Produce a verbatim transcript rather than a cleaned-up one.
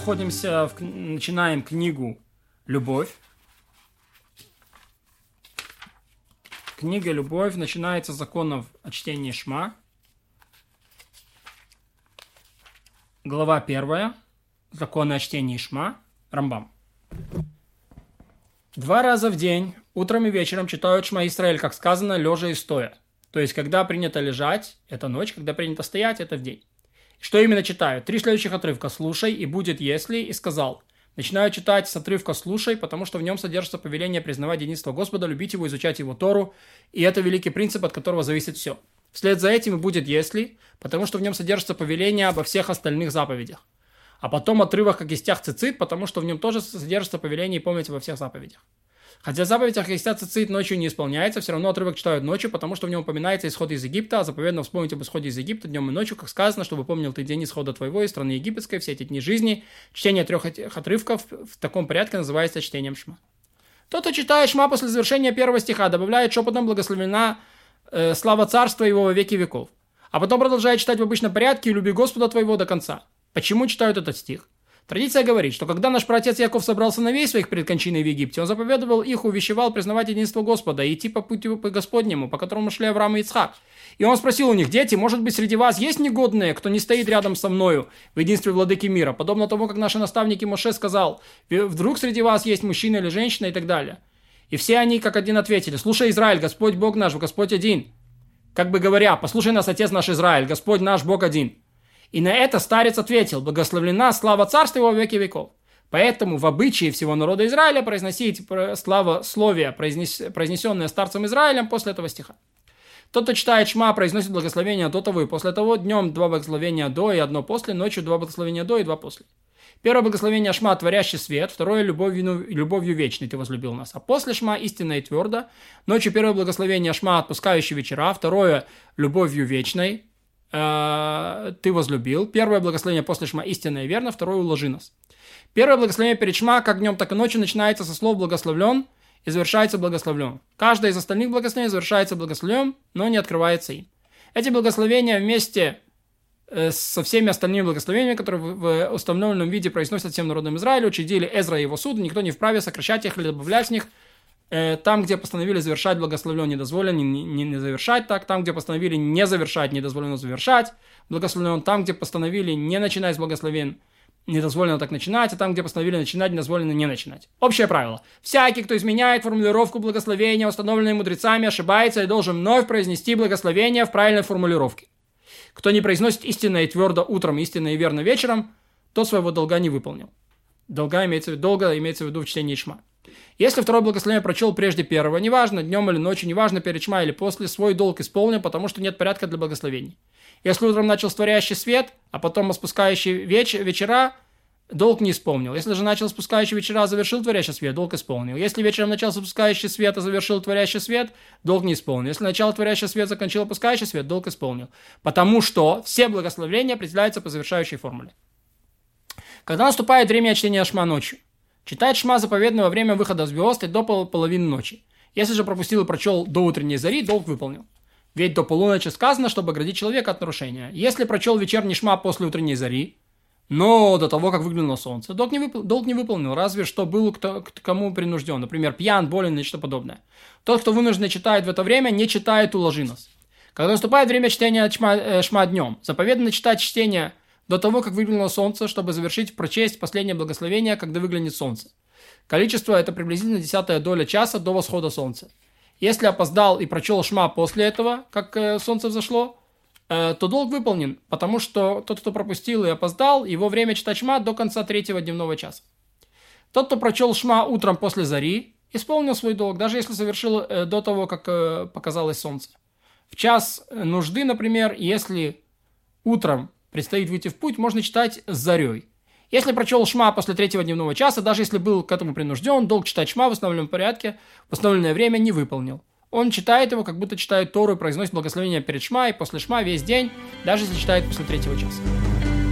находимся, в, начинаем книгу «Любовь». Книга «Любовь» начинается с законов о чтении Шма. Глава первая. Законы о чтении Шма. Рамбам. Два раза в день, утром и вечером, читают Шма Исраэль, как сказано, лежа и стоя. То есть, когда принято лежать, это ночь, когда принято стоять, это в день. Что именно читают? Три следующих отрывка. «Слушай, и будет, если», и сказал. Начинаю читать с отрывка «Слушай», потому что в нем содержится повеление признавать единство Господа, любить Его, изучать Его Тору, и это великий принцип, от которого зависит все. Вслед за этим и будет «Если», потому что в нем содержится повеление обо всех остальных заповедях. А потом отрывок о кистях цицит, потому что в нем тоже содержится повеление и помнить обо всех заповедях. Хотя заповедь о кистях цицит ночью не исполняется, все равно отрывок читают ночью, потому что в нем упоминается исход из Египта, а заповедно вспомнить об исходе из Египта днем и ночью, как сказано, чтобы помнил ты день исхода твоего из страны египетской, все эти дни жизни. Чтение трех этих отрывков в таком порядке называется чтением Шма. Тот, кто читает Шма после завершения первого стиха, добавляет шепотом «Благословена э, слава царства его во веки веков». А потом продолжает читать в обычном порядке «И люби Господа твоего до конца». Почему читают этот стих? Традиция говорит, что когда наш праотец Яков собрал сыновей своих перед кончиной в Египте, он заповедовал их, увещевал признавать единство Господа и идти по пути по Господнему, по которому шли Авраам и Ицхак. И он спросил у них: «Дети, может быть, среди вас есть негодные, кто не стоит рядом со мною в единстве владыки мира?» Подобно тому, как наши наставники Моше сказал: «Вдруг среди вас есть мужчина или женщина?» и так далее. И все они как один ответили: «Слушай, Израиль, Господь Бог наш, Господь один». Как бы говоря: «Послушай нас, Отец наш Израиль, Господь наш Бог один». И на это старец ответил: «Благословлена слава царства его во веки веков». Поэтому в обычае всего народа Израиля произносить славословие, произнесенное старцем Израилем, после этого стиха. Тот, кто читает Шма, произносит благословение до того и после того, днем два благословения до и одно после, ночью два благословения до и два после. Первое благословение Шма – творящий свет, второе – любовью, любовью вечной ты возлюбил нас. А после Шма – истинно и твердо. Ночью первое благословение Шма – отпускающий вечера, второе – любовью вечной ты возлюбил. Первое благословение после Шма истинно и верно, второе уложи нас. Первое благословение перед Шма, как днем, так и ночью, начинается со слов благословлен и завершается благословлен. Каждое из остальных благословений завершается благословлен, но не открывается им. Эти благословения вместе со всеми остальными благословениями, которые в установленном виде произносят всем народам Израиля, учредили Эзра и его суд, никто не вправе сокращать их или добавлять в них. Там, где постановили завершать благословлен, не дозволено не, не, не завершать так. Там, где постановили не завершать, не дозволено завершать благословлен. Там, где постановили не начинать с благословен, не дозволено так начинать. А там, где постановили начинать, не дозволено не начинать. Общее правило. Всякий, кто изменяет формулировку благословения, установленной мудрецами, ошибается и должен вновь произнести благословение в правильной формулировке. Кто не произносит истинно и твердо утром, истинно и верно вечером, тот своего долга не выполнил. Долга имеется в виду, долго имеется в виду в чтении Шма. Если второе благословение прочел прежде первого, неважно, днем или ночью, неважно, перед Шма или после, свой долг исполнил, потому что нет порядка для благословений. Если утром начал с творящий свет, а потом спускающий веч- вечера, долг не исполнил. Если же начал спускающий вечера, завершил творящий свет, долг исполнил. Если вечером начал спускающий свет, а завершил творящий свет, долг не исполнил. Если начало творящий свет закончил опускающий свет, долг исполнил. Потому что все благословения определяются по завершающей формуле. Когда наступает время чтения Шма ночью, читать Шма заповедно во время выхода звезд и до пол- половины ночи. Если же пропустил и прочел до утренней зари, долг выполнил. Ведь до полуночи сказано, чтобы оградить человека от нарушения. Если прочел вечерний Шма после утренней зари, но до того, как выглянуло солнце, долг не, вып- долг не выполнил, разве что был кто- к кому принужден, например, пьян, болен или что подобное. Тот, кто вынужденно читает в это время, не читает уложи нас. Когда наступает время чтения Шма, э, шма днем, заповедано читать чтение до того, как выглянуло солнце, чтобы завершить прочесть последнее благословение, когда выглянет солнце. Количество – это приблизительно десятая доля часа до восхода солнца. Если опоздал и прочел Шма после этого, как э, солнце взошло, э, то долг выполнен, потому что тот, кто пропустил и опоздал, его время читать Шма до конца третьего дневного часа. Тот, кто прочел Шма утром после зари, исполнил свой долг, даже если совершил э, до того, как э, показалось солнце. В час нужды, например, если утром предстоит выйти в путь, можно читать с зарей. Если прочел Шма после третьего дневного часа, даже если был к этому принужден, долг читать Шма в установленном порядке в установленное время не выполнил. Он читает его, как будто читает Тору и произносит благословение перед Шма и после Шма весь день, даже если читает после третьего часа.